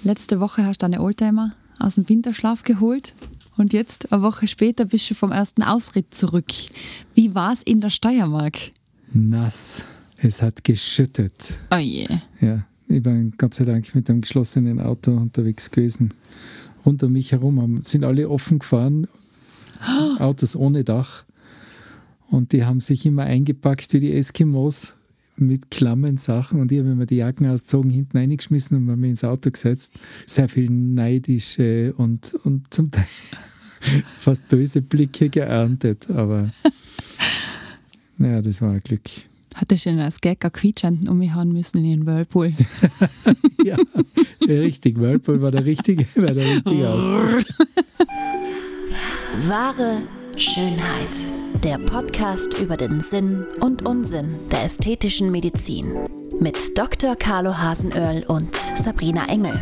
letzte Woche hast du deine Oldtimer aus dem Winterschlaf geholt und jetzt, eine Woche später, bist du vom ersten Ausritt zurück. Wie war es in der Steiermark? Nass. Es hat geschüttet. Oh je. Ja, ich war Gott sei Dank mit einem geschlossenen Auto unterwegs gewesen. Rund um mich herum sind alle offen gefahren, Autos ohne Dach. Und die haben sich immer eingepackt wie die Eskimos mit klammen Sachen. Und ich habe mir die Jacken ausgezogen, hinten reingeschmissen und mir ins Auto gesetzt. Sehr viel neidische und zum Teil fast böse Blicke geerntet. Aber naja, das war ein Glück. Hattest du denn als Gag auch Quietschenten umhauen müssen in den Whirlpool? Ja, richtig. Whirlpool war der richtige Ausdruck. Wahre Schönheit. Der Podcast über den Sinn und Unsinn der ästhetischen Medizin. Mit Dr. Carlo Hasenöhrl und Sabrina Engel.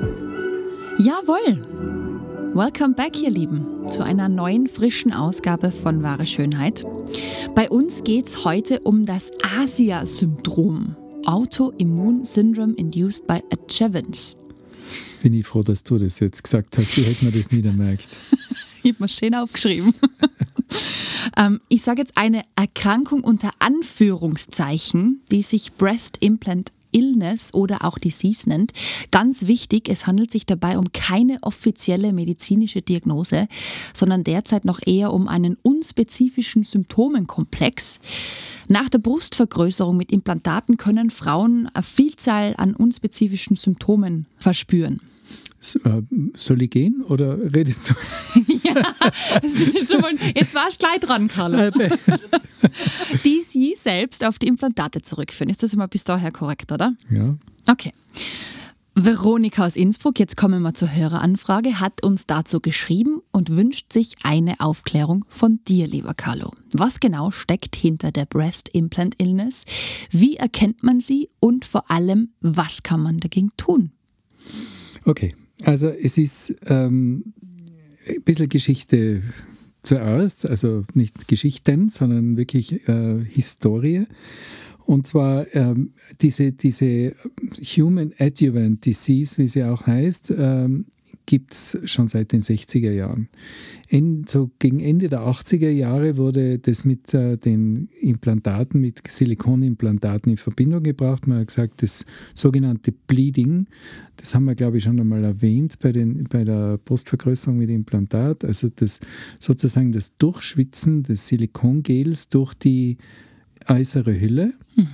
Jawohl! Welcome back, ihr Lieben, zu einer neuen, frischen Ausgabe von Wahre Schönheit. Bei uns geht es heute um das ASIA-Syndrom. Autoimmune Syndrome Induced by Achievance. Bin ich froh, dass du das jetzt gesagt hast. Ich hätte mir das nie gemerkt. Ich habe mir schön aufgeschrieben. Ich sage jetzt eine Erkrankung unter Anführungszeichen, die sich Breast Implant Illness oder auch Disease nennt. Ganz wichtig, es handelt sich dabei um keine offizielle medizinische Diagnose, sondern derzeit noch eher um einen unspezifischen Symptomenkomplex. Nach der Brustvergrößerung mit Implantaten können Frauen eine Vielzahl an unspezifischen Symptomen verspüren. Soll ich gehen oder redest du? Ja, jetzt warst du gleich dran, Carlo. Die sie selbst auf die Implantate zurückführen. Ist das immer bis daher korrekt, oder? Ja. Okay. Veronika aus Innsbruck, jetzt kommen wir zur Höreranfrage, hat uns dazu geschrieben und wünscht sich eine Aufklärung von dir, lieber Carlo. Was genau steckt hinter der Breast Implant Illness? Wie erkennt man sie? Und vor allem, was kann man dagegen tun? Okay. Also es ist ein bisschen Geschichte zuerst, also nicht Geschichten, sondern wirklich Historie. Und zwar diese Human Adjuvant Disease, wie sie auch heißt, gibt es schon seit den 60er Jahren. So gegen Ende der 80er Jahre wurde das mit den Implantaten, mit Silikonimplantaten in Verbindung gebracht. Man hat gesagt, das sogenannte Bleeding, das haben wir, glaube ich, schon einmal erwähnt bei der Brustvergrößerung mit Implantat, also sozusagen das Durchschwitzen des Silikongels durch die äußere Hülle,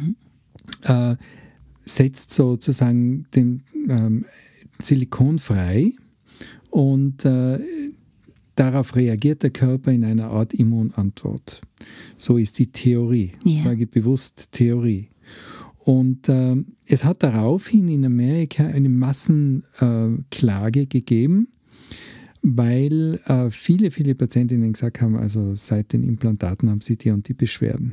setzt sozusagen den Silikon frei und darauf reagiert der Körper in einer Art Immunantwort. So ist die Theorie. Ja. Ich sage bewusst Theorie. Und es hat daraufhin in Amerika eine Massenklage gegeben, weil viele Patientinnen gesagt haben, also seit den Implantaten haben sie die und die Beschwerden.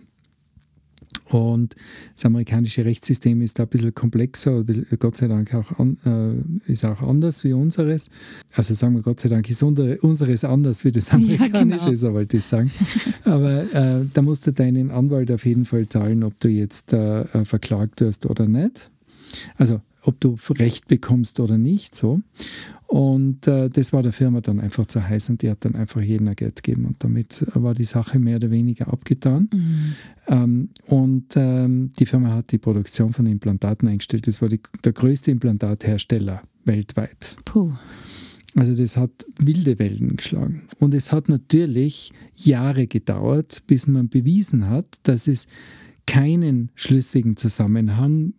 Und das amerikanische Rechtssystem ist da ein bisschen komplexer, Gott sei Dank ist auch anders wie unseres. Also sagen wir, Gott sei Dank ist unseres anders wie das amerikanische, ja, genau. Wollte ich sagen. Aber da musst du deinen Anwalt auf jeden Fall zahlen, ob du jetzt verklagt wirst oder nicht. Also ob du Recht bekommst oder nicht. So. Und das war der Firma dann einfach zu heiß und die hat dann einfach jedem ein Geld gegeben. Und damit war die Sache mehr oder weniger abgetan. Mhm. Die Firma hat die Produktion von Implantaten eingestellt. Das war der größte Implantathersteller weltweit. Puh. Also das hat wilde Wellen geschlagen. Und es hat natürlich Jahre gedauert, bis man bewiesen hat, dass es keinen schlüssigen Zusammenhang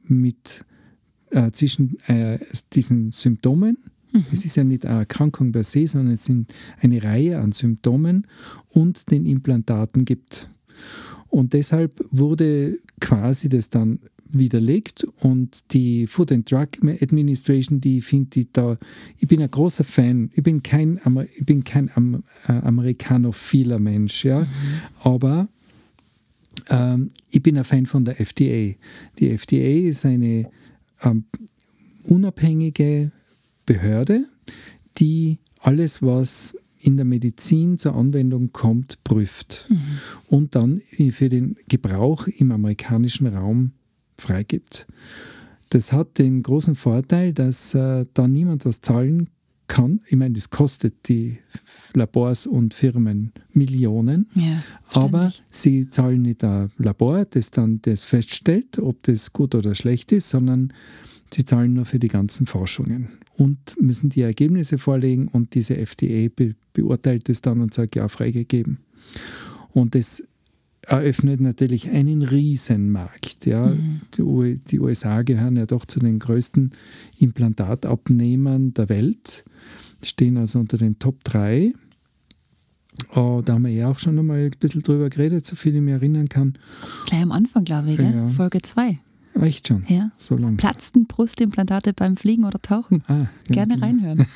zwischen diesen Symptomen, es ist ja nicht eine Erkrankung per se, sondern es sind eine Reihe an Symptomen und den Implantaten gibt. Und deshalb wurde quasi das dann widerlegt und die Food and Drug Administration, ich bin ein großer Fan, ich bin kein amerikanophiler Mensch, ja, aber ich bin ein Fan von der FDA. Die FDA ist eine unabhängige Behörde, die alles, was in der Medizin zur Anwendung kommt, prüft und dann für den Gebrauch im amerikanischen Raum freigibt. Das hat den großen Vorteil, dass da niemand was zahlen kann. Ich meine, das kostet die Labors und Firmen Millionen, aber sie zahlen nicht ein Labor, das dann das feststellt, ob das gut oder schlecht ist, sondern sie zahlen nur für die ganzen Forschungen und müssen die Ergebnisse vorlegen und diese FDA beurteilt es dann und sagt, ja, freigegeben. Und das eröffnet natürlich einen Riesenmarkt. Ja. Die USA gehören ja doch zu den größten Implantatabnehmern der Welt, stehen also unter den Top 3. Da haben wir ja auch schon einmal ein bisschen drüber geredet, so viel ich mich erinnern kann. Gleich am Anfang, glaube ich, gell? Ja. Folge 2. Echt schon? Ja. So lange. Platzten Brustimplantate beim Fliegen oder Tauchen. Ja, Gerne reinhören.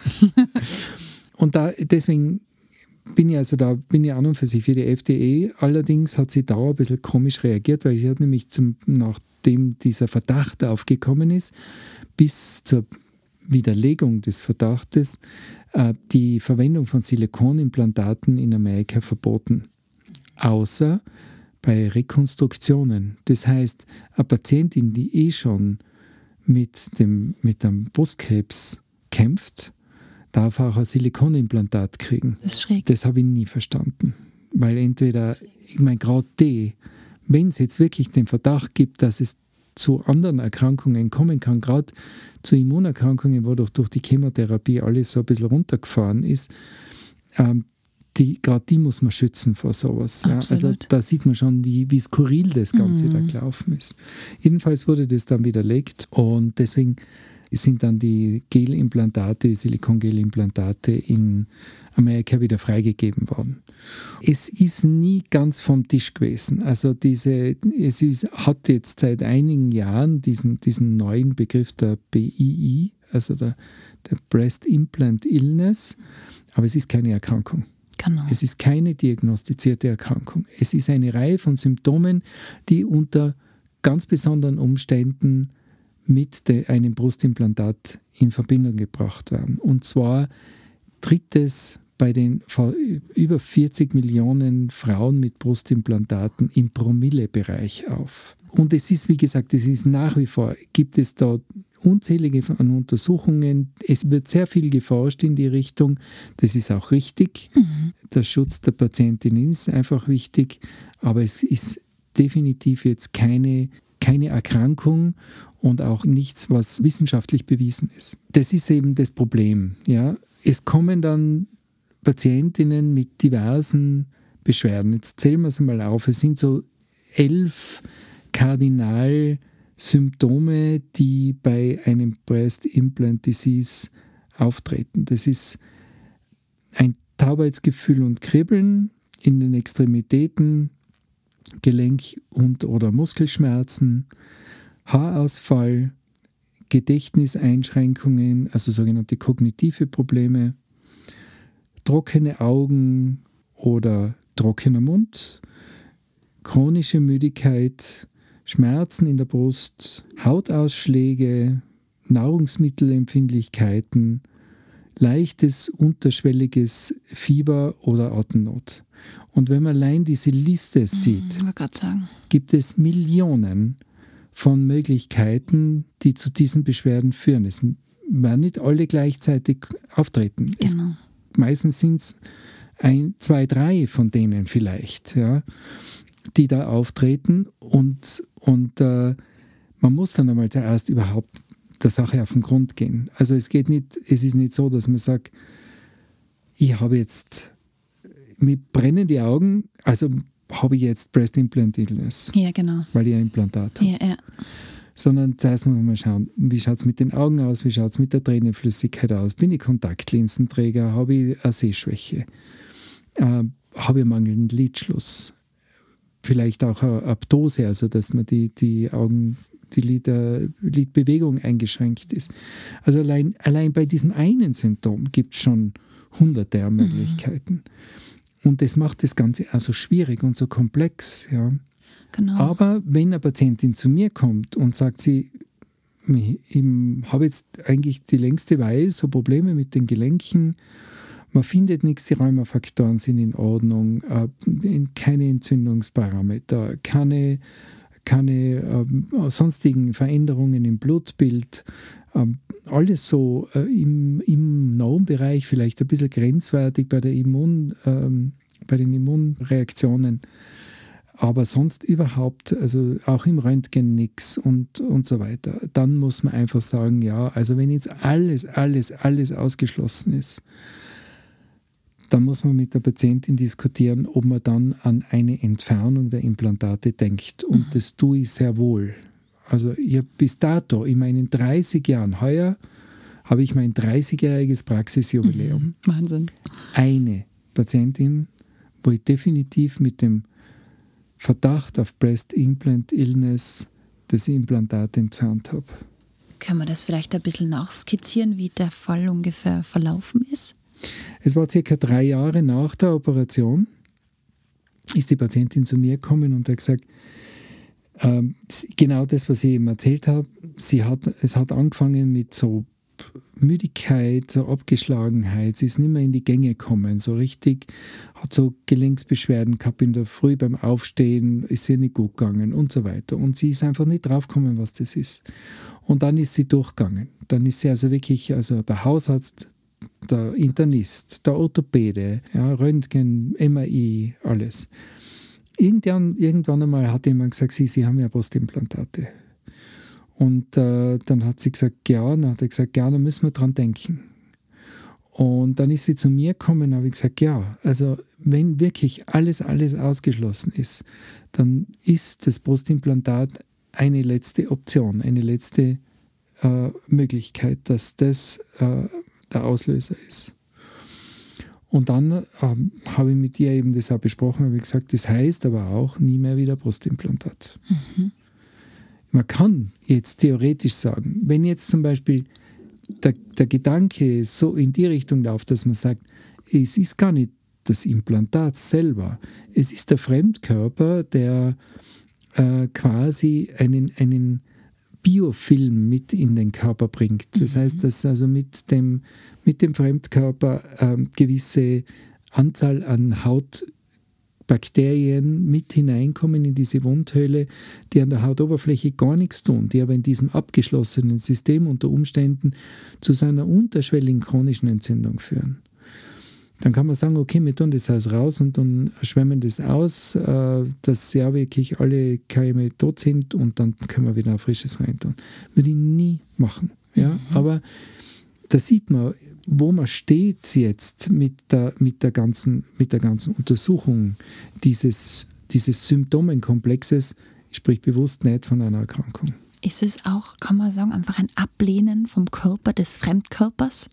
Und deswegen bin ich an und für sich für die FDA. Allerdings hat sie da ein bisschen komisch reagiert, weil sie hat nämlich nachdem dieser Verdacht aufgekommen ist, bis zur Widerlegung des Verdachtes die Verwendung von Silikonimplantaten in Amerika verboten. Außer bei Rekonstruktionen. Das heißt, eine Patientin, die schon mit einem Brustkrebs kämpft, darf auch ein Silikonimplantat kriegen. Das ist schräg. Das habe ich nie verstanden. Weil entweder, ich meine, gerade wenn es jetzt wirklich den Verdacht gibt, dass es zu anderen Erkrankungen kommen kann, gerade zu Immunerkrankungen, wo doch durch die Chemotherapie alles so ein bisschen runtergefahren ist, gerade die muss man schützen vor sowas. Ja. Also da sieht man schon, wie skurril das Ganze da gelaufen ist. Jedenfalls wurde das dann widerlegt und deswegen sind dann die Silikongelimplantate in Amerika wieder freigegeben worden. Es ist nie ganz vom Tisch gewesen. Also hat jetzt seit einigen Jahren diesen neuen Begriff der BII, also der Breast Implant Illness, aber es ist keine Erkrankung. Genau. Es ist keine diagnostizierte Erkrankung. Es ist eine Reihe von Symptomen, die unter ganz besonderen Umständen mit einem Brustimplantat in Verbindung gebracht werden. Und zwar tritt es bei den über 40 Millionen Frauen mit Brustimplantaten im Promillebereich auf. Und es ist, wie gesagt, nach wie vor, gibt es da unzählige an Untersuchungen. Es wird sehr viel geforscht in die Richtung. Das ist auch richtig. Der Schutz der Patientin ist einfach wichtig. Aber es ist definitiv jetzt keine Erkrankung und auch nichts, was wissenschaftlich bewiesen ist. Das ist eben das Problem. Ja. Es kommen dann Patientinnen mit diversen Beschwerden. Jetzt zählen wir es mal auf. Es sind so 11 Kardinalsymptome, die bei einem Breast Implant Disease auftreten. Das ist ein Taubheitsgefühl und Kribbeln in den Extremitäten, Gelenk- oder Muskelschmerzen, Haarausfall, Gedächtniseinschränkungen, also sogenannte kognitive Probleme, trockene Augen oder trockener Mund, chronische Müdigkeit, Schmerzen in der Brust, Hautausschläge, Nahrungsmittelempfindlichkeiten, leichtes, unterschwelliges Fieber oder Atemnot. Und wenn man allein diese Liste sieht, gibt es Millionen von Möglichkeiten, die zu diesen Beschwerden führen. Es werden nicht alle gleichzeitig auftreten. Genau. Meistens sind es 1, 2, 3 von denen vielleicht, ja, die da auftreten. Und man muss dann einmal zuerst überhaupt der Sache auf den Grund gehen. Also es ist nicht so, dass man sagt, ich habe jetzt, mir brennen die Augen, also habe ich jetzt Breast Implant Illness. Ja, genau. Weil ich ein Implantat habe. Ja. Sondern zuerst muss man mal schauen, wie schaut es mit den Augen aus, wie schaut es mit der Tränenflüssigkeit aus, bin ich Kontaktlinsenträger, habe ich eine Sehschwäche, habe ich mangelnden Lidschluss, vielleicht auch eine Aptose, also dass man die Augen, die Lidbewegung eingeschränkt ist. Also allein bei diesem einen Symptom gibt es schon hunderte an Möglichkeiten. Und das macht das Ganze auch so schwierig und so komplex. Ja. Genau. Aber wenn eine Patientin zu mir kommt und sagt, ich habe jetzt eigentlich die längste Weile so Probleme mit den Gelenken, man findet nichts, die Rheumafaktoren sind in Ordnung, keine Entzündungsparameter, keine keine sonstigen Veränderungen im Blutbild. Alles so im No-Bereich, vielleicht ein bisschen grenzwertig bei den Immunreaktionen. Aber sonst überhaupt, also auch im Röntgen nichts und so weiter. Dann muss man einfach sagen, ja, also wenn jetzt alles ausgeschlossen ist, dann muss man mit der Patientin diskutieren, ob man dann an eine Entfernung der Implantate denkt. Und das tue ich sehr wohl. Also ich habe bis dato in meinen 30 Jahren, heuer habe ich mein 30-jähriges Praxisjubiläum. Wahnsinn. Eine Patientin, wo ich definitiv mit dem Verdacht auf Breast Implant Illness das Implantat entfernt habe. Können wir das vielleicht ein bisschen nachskizzieren, wie der Fall ungefähr verlaufen ist? Es war circa 3 Jahre nach der Operation, ist die Patientin zu mir gekommen und hat gesagt, genau das, was ich eben erzählt habe, es hat angefangen mit so Müdigkeit, so Abgeschlagenheit, sie ist nicht mehr in die Gänge gekommen, so richtig, hat so Gelenksbeschwerden gehabt in der Früh beim Aufstehen, ist ihr nicht gut gegangen und so weiter. Und sie ist einfach nicht draufgekommen, was das ist. Und dann ist sie durchgegangen. Dann ist sie also wirklich, also der Hausarzt, der Internist, der Orthopäde, ja, Röntgen, MRI, alles. Irgendwann einmal hat jemand gesagt, Sie haben ja Brustimplantate. Und dann hat sie gesagt, ja. Dann hat er gesagt, ja, da müssen wir dran denken. Und dann ist sie zu mir gekommen und habe ich gesagt, ja, also wenn wirklich alles ausgeschlossen ist, dann ist das Brustimplantat eine letzte Option, eine letzte Möglichkeit, dass das der Auslöser ist. Und dann habe ich mit ihr eben das auch besprochen, habe gesagt, das heißt aber auch nie mehr wieder Brustimplantat. Man kann jetzt theoretisch sagen, wenn jetzt zum Beispiel der Gedanke so in die Richtung läuft, dass man sagt, es ist gar nicht das Implantat selber, es ist der Fremdkörper, der quasi einen Biofilm mit in den Körper bringt. Das heißt, dass also mit dem Fremdkörper gewisse Anzahl an Hautbakterien mit hineinkommen in diese Wundhöhle, die an der Hautoberfläche gar nichts tun, die aber in diesem abgeschlossenen System unter Umständen zu so einer unterschwelligen chronischen Entzündung führen. Dann kann man sagen, okay, wir tun das alles raus und dann schwemmen das aus, dass ja wirklich alle Keime tot sind und dann können wir wieder ein frisches reintun. Würde ich nie machen. Ja? Aber da sieht man, wo man steht jetzt mit der ganzen Untersuchung dieses Symptomenkomplexes. Ich spreche bewusst nicht von einer Erkrankung. Ist es auch, kann man sagen, einfach ein Ablehnen vom Körper, des Fremdkörpers?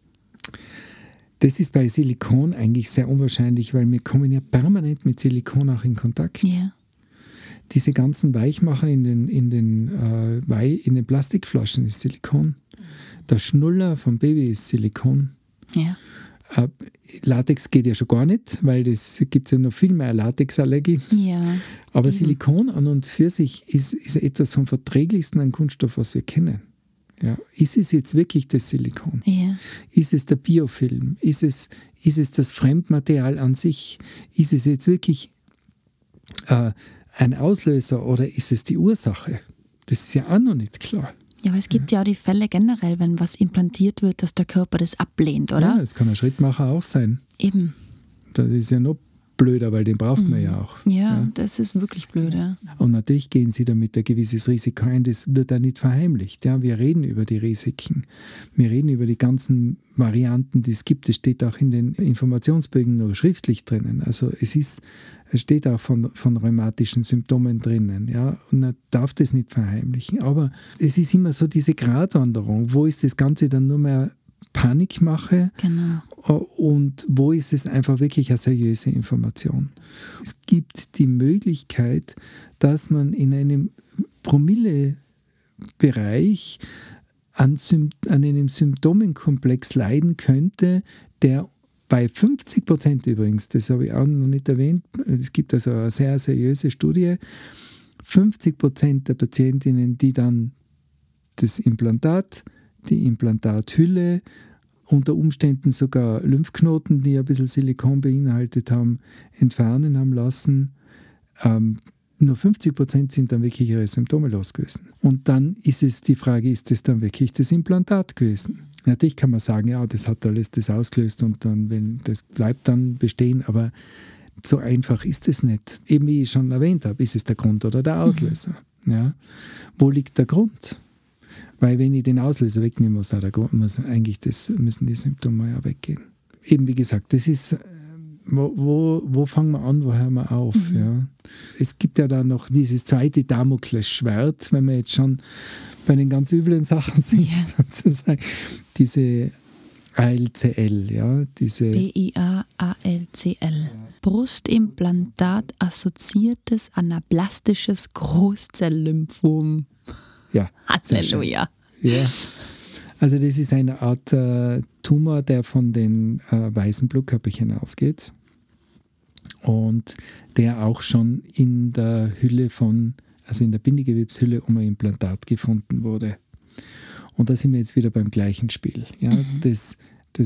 Das ist bei Silikon eigentlich sehr unwahrscheinlich, weil wir kommen ja permanent mit Silikon auch in Kontakt. Ja. Diese ganzen Weichmacher in den Plastikflaschen ist Silikon. Der Schnuller vom Baby ist Silikon. Ja. Latex geht ja schon gar nicht, weil es gibt ja noch viel mehr Latexallergie. Ja. Aber Silikon an und für sich ist etwas vom verträglichsten an Kunststoff, was wir kennen. Ja. Ist es jetzt wirklich das Silikon? Ja. Ist es der Biofilm? Ist es das Fremdmaterial an sich? Ist es jetzt wirklich ein Auslöser oder ist es die Ursache? Das ist ja auch noch nicht klar. Ja, aber es gibt ja auch die Fälle generell, wenn was implantiert wird, dass der Körper das ablehnt, oder? Ja, es kann ein Schrittmacher auch sein. Eben. Das ist ja noch blöder, weil den braucht man ja auch. Ja, das ist wirklich blöd, ja. Und natürlich gehen sie damit ein gewisses Risiko ein, das wird da nicht verheimlicht. Ja. Wir reden über die Risiken. Wir reden über die ganzen Varianten, die es gibt. Es steht auch in den Informationsbögen nur schriftlich drinnen. Also es steht auch von rheumatischen Symptomen drinnen. Ja. Und man darf das nicht verheimlichen. Aber es ist immer so diese Gratwanderung. Wo ist das Ganze dann nur mehr Panikmache? Genau. Und wo ist es einfach wirklich eine seriöse Information? Es gibt die Möglichkeit, dass man in einem Promillebereich an einem Symptomenkomplex leiden könnte, der bei 50% übrigens, das habe ich auch noch nicht erwähnt, es gibt also eine sehr seriöse Studie, 50% der Patientinnen, die dann das Implantat, die Implantathülle, unter Umständen sogar Lymphknoten, die ein bisschen Silikon beinhaltet haben, entfernen haben lassen, nur 50% sind dann wirklich ihre Symptome los gewesen. Und dann ist es die Frage, ist das dann wirklich das Implantat gewesen? Natürlich kann man sagen, ja, das hat alles das ausgelöst und dann, wenn das bleibt dann bestehen, aber so einfach ist es nicht. Eben wie ich schon erwähnt habe, ist es der Grund oder der Auslöser? Ja? Wo liegt der Grund? Weil wenn ich den Auslöser wegnehmen muss, müssen die Symptome ja weggehen. Eben wie gesagt, das ist, wo fangen wir an, wo hören wir auf? Ja? Es gibt ja da noch dieses zweite Damoklesschwert, wenn wir jetzt schon bei den ganz üblen Sachen sind, sozusagen, diese ALCL, ja, diese BIALCL. Brustimplantat assoziiertes anaplastisches Großzelllymphom. Ja. Halleluja. Ja. Also das ist eine Art Tumor, der von den weißen Blutkörperchen ausgeht und der auch schon in der Hülle in der Bindegewebshülle um ein Implantat gefunden wurde. Und da sind wir jetzt wieder beim gleichen Spiel. Ja? Das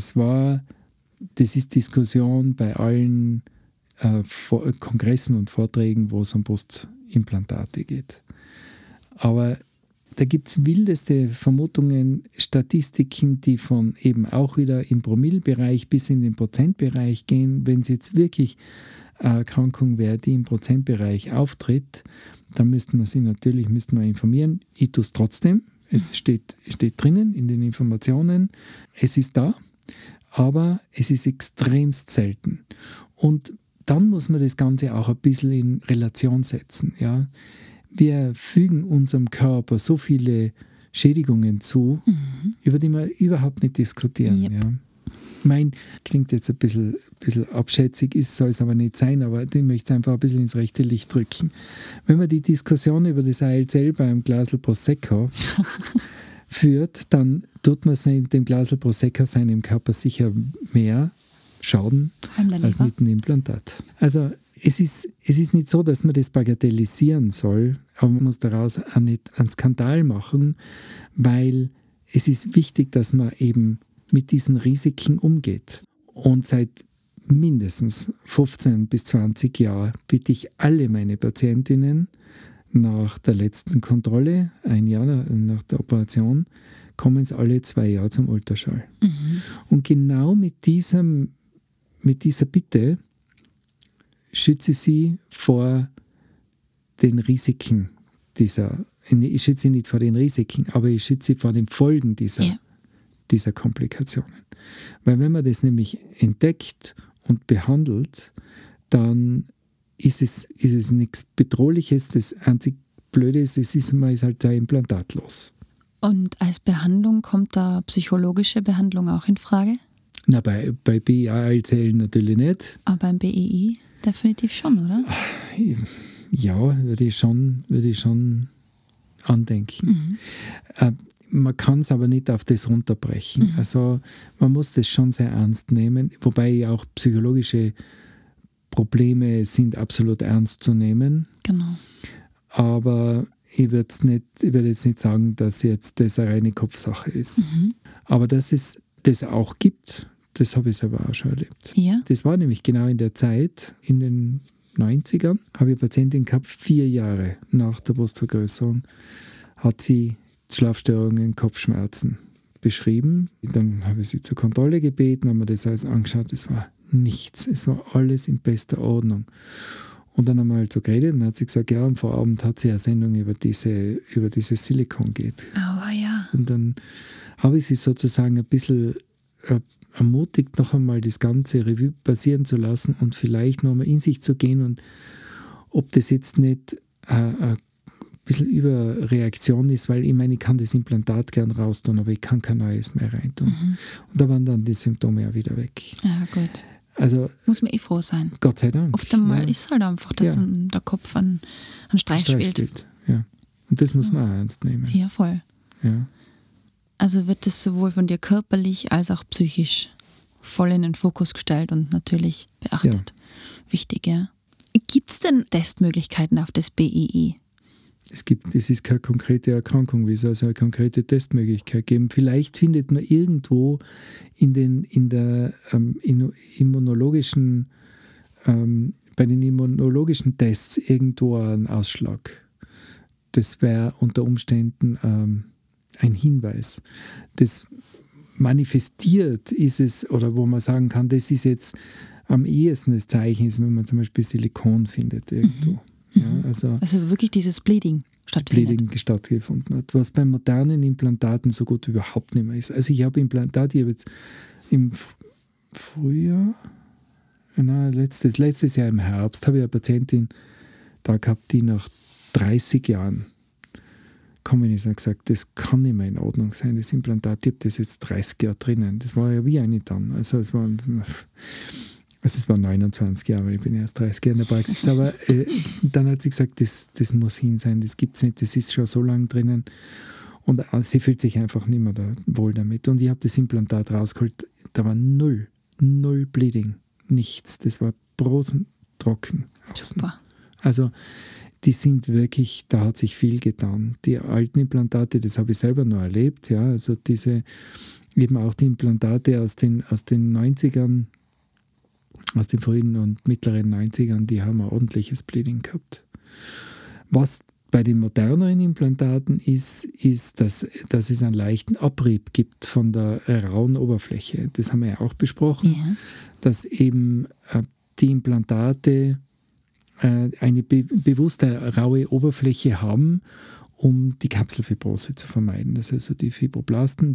ist Diskussion bei allen Kongressen und Vorträgen, wo es um Brustimplantate geht. Aber da gibt es wildeste Vermutungen, Statistiken, die von eben auch wieder im Promillebereich bis in den Prozentbereich gehen. Wenn es jetzt wirklich eine Erkrankung wäre, die im Prozentbereich auftritt, dann müssten wir informieren. Ich tue es trotzdem. Es steht drinnen in den Informationen. Es ist da, aber es ist extremst selten. Und dann muss man das Ganze auch ein bisschen in Relation setzen. Ja? Wir fügen unserem Körper so viele Schädigungen zu, über die wir überhaupt nicht diskutieren. Yep. Ja. Klingt jetzt ein bisschen abschätzig, soll es aber nicht sein, aber ich möchte es einfach ein bisschen ins rechte Licht drücken. Wenn man die Diskussion über das ALCL beim Glasl Prosecco führt, dann tut man dem Glasl Prosecco seinem Körper sicher mehr Schaden als mit dem Implantat. Also es ist nicht so, dass man das bagatellisieren soll, aber man muss daraus auch nicht einen Skandal machen, weil es ist wichtig, dass man eben mit diesen Risiken umgeht. Und seit mindestens 15 bis 20 Jahren bitte ich alle meine Patientinnen nach der letzten Kontrolle, ein Jahr nach der Operation, kommen sie alle 2 Jahre zum Ultraschall. Und genau mit dieser Bitte schütze sie vor den Risiken ich schütze sie nicht vor den Risiken, aber ich schütze sie vor den Folgen dieser Komplikationen. Weil wenn man das nämlich entdeckt und behandelt, dann ist es nichts Bedrohliches. Das einzig Blöde ist, man ist halt da implantatlos. Und als Behandlung kommt da psychologische Behandlung auch in Frage? Na, bei BIALCL natürlich nicht. Aber beim BEI definitiv schon, oder? Ja, würde ich schon andenken. Man kann es aber nicht auf das runterbrechen. Also man muss das schon sehr ernst nehmen, wobei auch psychologische Probleme sind absolut ernst zu nehmen. Genau. Aber ich würde jetzt nicht sagen, dass jetzt das eine reine Kopfsache ist. Aber dass es das auch gibt, das habe ich selber auch schon erlebt. Ja. Das war nämlich genau in der Zeit, in den 90ern, habe ich eine Patientin gehabt, 4 Jahre nach der Brustvergrößerung, hat sie Schlafstörungen, Kopfschmerzen beschrieben. Dann habe ich sie zur Kontrolle gebeten, haben wir das alles angeschaut, es war nichts, es war alles in bester Ordnung. Und dann haben wir halt so geredet und dann hat sie gesagt, ja, am Vorabend hat sie eine Sendung über dieses Silikon geht. Aber ja. Und dann habe ich sie sozusagen ein bisschen ermutigt, noch einmal das ganze Revue passieren zu lassen und vielleicht noch einmal in sich zu gehen und ob das jetzt nicht ein bisschen Überreaktion ist, weil ich meine, ich kann das Implantat gern raustun, aber ich kann kein neues mehr reintun. Und da waren dann die Symptome ja wieder weg. Ja, gut. Also, muss man froh sein. Gott sei Dank. Oft einmal ist halt einfach, dass der Kopf einen Streich spielt. Ja. Und das muss man auch ernst nehmen. Ja, voll. Ja. Also wird das sowohl von dir körperlich als auch psychisch voll in den Fokus gestellt und natürlich beachtet. Ja. Wichtig, ja. Gibt es denn Testmöglichkeiten auf das BEI? Es ist keine konkrete Erkrankung, wie soll es eine konkrete Testmöglichkeit geben? Vielleicht findet man irgendwo in der immunologischen bei den immunologischen Tests irgendwo ein Ausschlag. Das wäre unter Umständen ein Hinweis. Das manifestiert ist es, oder wo man sagen kann, das ist jetzt am ehesten das Zeichen, ist, wenn man zum Beispiel Silikon findet irgendwo. Ja, also wirklich dieses Bleeding stattgefunden hat, was bei modernen Implantaten so gut überhaupt nicht mehr ist. Also ich habe Implantate, ich habe jetzt im Frühjahr, letztes Jahr im Herbst, habe ich eine Patientin da gehabt, die nach 30 Jahren gekommen ist und gesagt, das kann nicht mehr in Ordnung sein, das Implantat, ich habe das jetzt 30 Jahre drinnen. Das war ja wie eine dann. Also es waren 29 Jahre, weil ich bin erst 30 Jahre in der Praxis. Aber dann hat sie gesagt, das muss hin sein, das gibt es nicht, das ist schon so lange drinnen. Und sie fühlt sich einfach nicht mehr wohl damit. Und ich habe das Implantat rausgeholt, da war null Bleeding, nichts. Das war brosentrocken. Super. Also die sind wirklich, da hat sich viel getan. Die alten Implantate, das habe ich selber noch erlebt, ja, also eben auch die Implantate aus den 90ern, aus den frühen und mittleren 90ern, die haben ein ordentliches Bleeding gehabt. Was bei den moderneren Implantaten ist, dass es einen leichten Abrieb gibt von der rauen Oberfläche. Das haben wir ja auch besprochen, dass eben die Implantate eine bewusste raue Oberfläche haben, um die Kapselfibrose zu vermeiden. Dass also die Fibroblasten,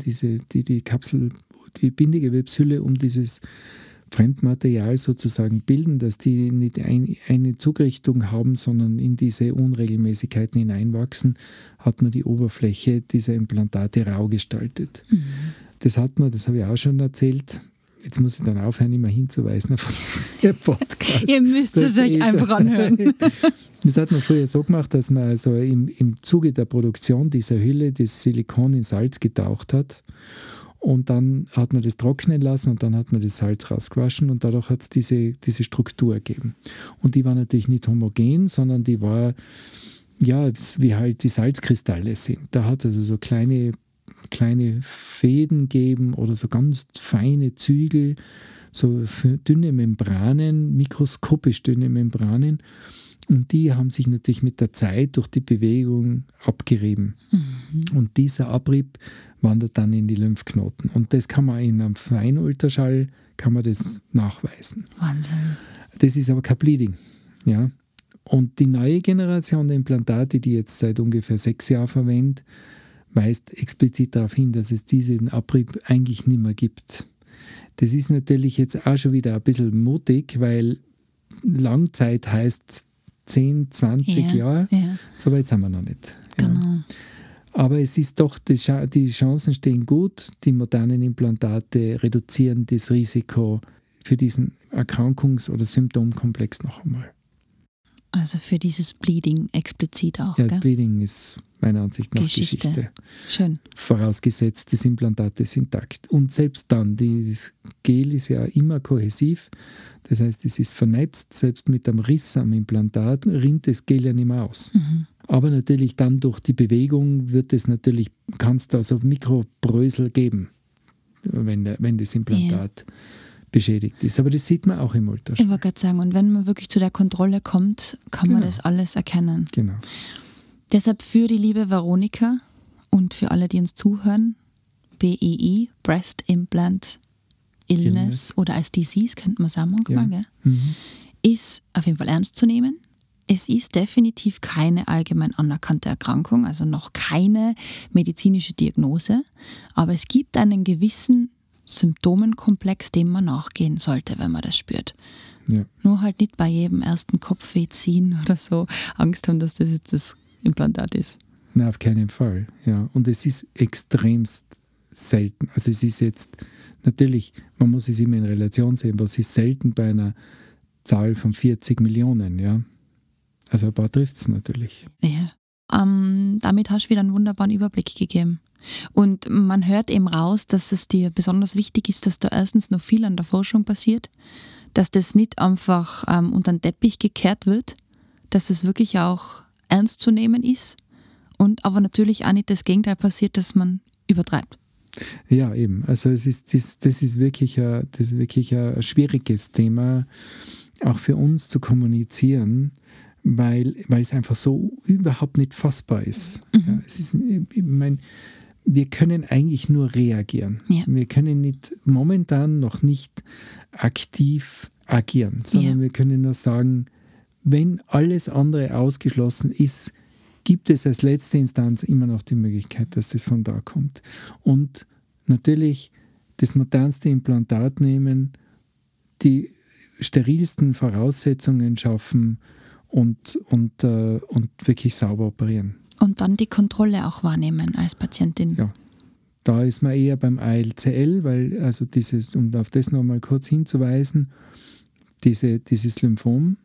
die Bindegewebshülle um dieses Fremdmaterial sozusagen bilden, dass die nicht eine Zugrichtung haben, sondern in diese Unregelmäßigkeiten hineinwachsen, hat man die Oberfläche dieser Implantate rau gestaltet. Das habe ich auch schon erzählt. Jetzt muss ich dann aufhören, immer hinzuweisen auf unseren Podcast. Ihr müsst es euch einfach anhören. Das hat man früher so gemacht, dass man also im Zuge der Produktion dieser Hülle das Silikon in Salz getaucht hat. Und dann hat man das trocknen lassen und dann hat man das Salz rausgewaschen und dadurch hat es diese Struktur gegeben. Und die war natürlich nicht homogen, sondern die war, ja, wie halt die Salzkristalle sind. Da hat es also so kleine Fäden geben oder so ganz feine Zügel, so dünne Membranen, mikroskopisch dünne Membranen. Und die haben sich natürlich mit der Zeit durch die Bewegung abgerieben. Und dieser Abrieb wandert dann in die Lymphknoten. Und das kann man in einem Feinultraschall das nachweisen. Wahnsinn. Das ist aber kein Bleeding. Ja? Und die neue Generation der Implantate, die jetzt seit ungefähr 6 Jahren verwendet, weist explizit darauf hin, dass es diesen Abrieb eigentlich nicht mehr gibt. Das ist natürlich jetzt auch schon wieder ein bisschen mutig, weil Langzeit heißt 10, 20 Jahre. Ja. So weit sind wir noch nicht. Genau. Ja. Aber es ist doch, die Chancen stehen gut. Die modernen Implantate reduzieren das Risiko für diesen Erkränkungs- oder Symptomkomplex noch einmal. Also für dieses Bleeding explizit auch. Ja, das Bleeding ist meiner Ansicht nach Geschichte. Schön. Vorausgesetzt, das Implantat ist intakt. Und selbst dann, das Gel ist ja immer kohäsiv. Das heißt, es ist vernetzt. Selbst mit einem Riss am Implantat rinnt das Gel ja nicht mehr aus. Aber natürlich dann durch die Bewegung kann es da so Mikrobrösel geben, wenn das Implantat beschädigt ist. Aber das sieht man auch im Ultraschall. Ich wollte gerade sagen, und wenn man wirklich zu der Kontrolle kommt, kann man das alles erkennen. Genau. Deshalb für die liebe Veronika und für alle, die uns zuhören, BII, Breast Implant Illness oder als Disease, könnte man sagen, manchmal, ist auf jeden Fall ernst zu nehmen. Es ist definitiv keine allgemein anerkannte Erkrankung, also noch keine medizinische Diagnose, aber es gibt einen gewissen Symptomenkomplex, dem man nachgehen sollte, wenn man das spürt. Ja. Nur halt nicht bei jedem ersten Kopfweh ziehen oder so Angst haben, dass das jetzt das Implantat ist. Nein, auf keinen Fall. Ja. Und es ist extremst selten. Also es ist jetzt natürlich, man muss es immer in Relation sehen, was ist selten bei einer Zahl von 40 Millionen, ja. Also ein paar trifft es natürlich. Ja. Damit hast du wieder einen wunderbaren Überblick gegeben. Und man hört eben raus, dass es dir besonders wichtig ist, dass da erstens noch viel an der Forschung passiert, dass das nicht einfach unter den Teppich gekehrt wird, dass es wirklich auch ernst zu nehmen ist und aber natürlich auch nicht das Gegenteil passiert, dass man übertreibt. Ja, eben. Also das ist wirklich ein schwieriges Thema. auch für uns zu kommunizieren, weil es einfach so überhaupt nicht fassbar ist. Ja, es ist, ich meine, wir können eigentlich nur reagieren. Ja. Wir können momentan noch nicht aktiv agieren, sondern wir können nur sagen, wenn alles andere ausgeschlossen ist, gibt es als letzte Instanz immer noch die Möglichkeit, dass das von da kommt. Und natürlich das modernste Implantat nehmen, die sterilsten Voraussetzungen schaffen und wirklich sauber operieren. Und dann die Kontrolle auch wahrnehmen als Patientin. Ja, da ist man eher beim ALCL, weil also dieses, um auf das nochmal kurz hinzuweisen, dieses Lymphom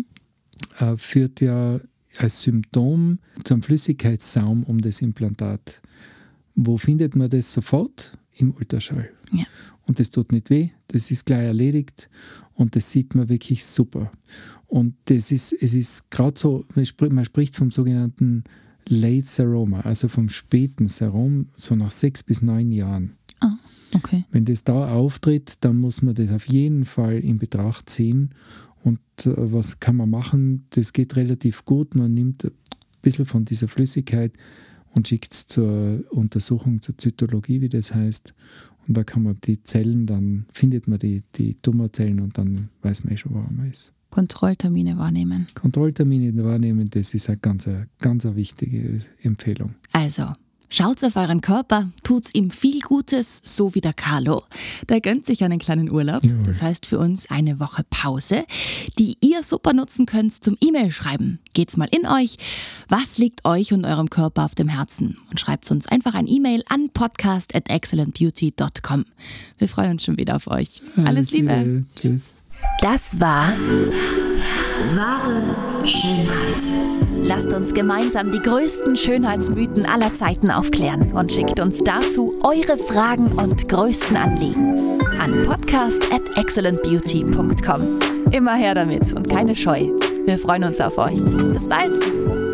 führt ja als Symptom zum Flüssigkeitssaum um das Implantat. Wo findet man das sofort? Im Ultraschall. Ja. Und das tut nicht weh, das ist gleich erledigt und das sieht man wirklich super. Und es ist gerade so, man spricht vom sogenannten Late Seroma, also vom späten Serom, so nach 6 bis 9 Jahren. Ah, okay. Wenn das da auftritt, dann muss man das auf jeden Fall in Betracht ziehen. Und was kann man machen? Das geht relativ gut. Man nimmt ein bisschen von dieser Flüssigkeit und schickt es zur Untersuchung, zur Zytologie, wie das heißt. Und da kann man die Zellen, dann findet man die Tumorzellen und dann weiß man schon, woran man ist. Kontrolltermine wahrnehmen. Kontrolltermine wahrnehmen, das ist eine ganz wichtige Empfehlung. Also, schaut's auf euren Körper, tut's ihm viel Gutes, so wie der Carlo. Der gönnt sich einen kleinen Urlaub. Jawohl. Das heißt für uns eine Woche Pause, die ihr super nutzen könnt zum E-Mail schreiben. Geht's mal in euch. Was liegt euch und eurem Körper auf dem Herzen? Und schreibt uns einfach ein E-Mail an podcast@excellentbeauty.com. Wir freuen uns schon wieder auf euch. Alles Liebe. Tschüss. Das war Wahre Schönheit. Lasst uns gemeinsam die größten Schönheitsmythen aller Zeiten aufklären und schickt uns dazu eure Fragen und größten Anliegen an podcast@excellentbeauty.com. Immer her damit und keine Scheu. Wir freuen uns auf euch. Bis bald!